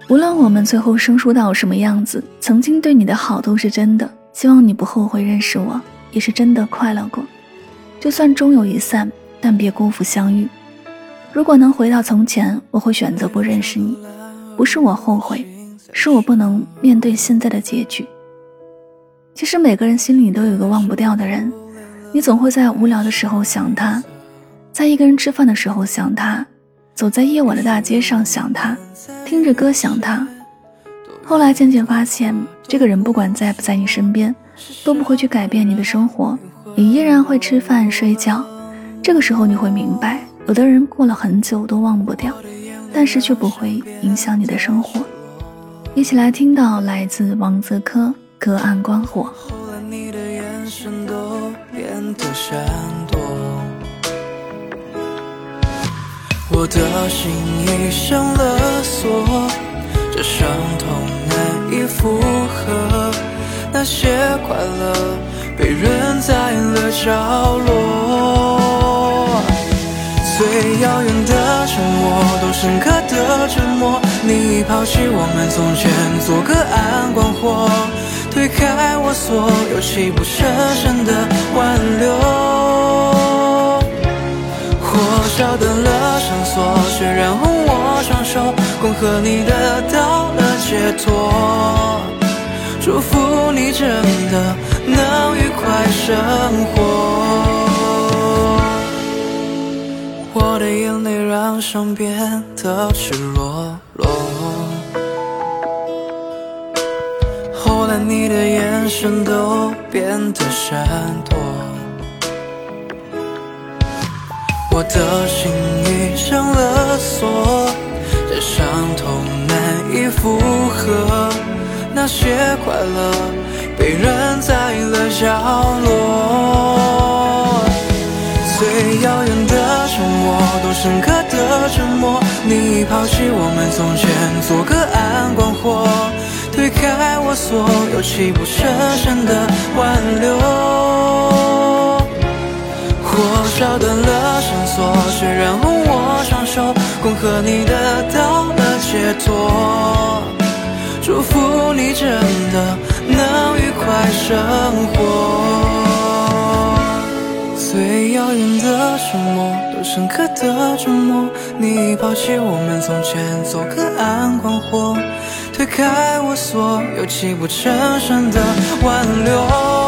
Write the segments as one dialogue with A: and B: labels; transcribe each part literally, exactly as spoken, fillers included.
A: 无论我们最后生疏到什么样子，曾经对你的好都是真的，希望你不后悔认识我，也是真的快乐过。就算终有一散，但别辜负相遇。如果能回到从前，我会选择不认识你，不是我后悔，是我不能面对现在的结局。其实每个人心里都有一个忘不掉的人，你总会在无聊的时候想他，在一个人吃饭的时候想他，走在夜晚的大街上想他，听着歌想他。后来渐渐发现，这个人不管在不在你身边，都不会去改变你的生活，你依然会吃饭睡觉。这个时候你会明白，有的人过了很久都忘不掉，但是却不会影响你的生活。一起来听到来自王泽科隔岸观火。
B: 后来你的眼神都变得闪躲，我的心已上了锁，这伤痛难以复合，那些快乐被扔在了角落。最遥远的沉默都深刻的沉默，你抛弃我们从前做隔岸观火，推开我所有泣不成声的挽留。火烧断了绳索，血染红我双手，恭贺你得到了解脱，祝福你真的能愉快生活。我的眼泪让伤变得赤裸裸，后来你的眼神都变得闪躲，我的心已上了锁，这伤痛难以复合，那些快乐被扔在了角落。最遥远的沉默都深刻的沉默，你抛弃我们从前做隔岸观火，推开我所有泣不成声的挽留。火烧断了绳索，血染红我双手，恭贺你得到了解脱，祝福你真的能愉快生活。最遥远的沉默都深刻的沉默，你抛弃我们从前做隔岸观火，推开我所有泣不成声的挽留。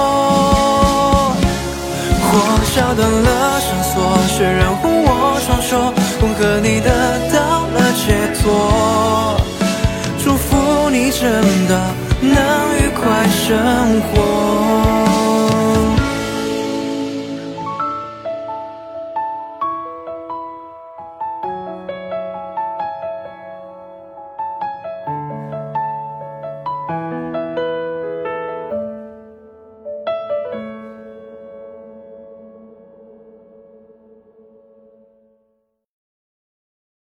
B: 火烧断了绳索，血染红我双手，恭贺你得到了解脱，祝福你真的能愉快生活。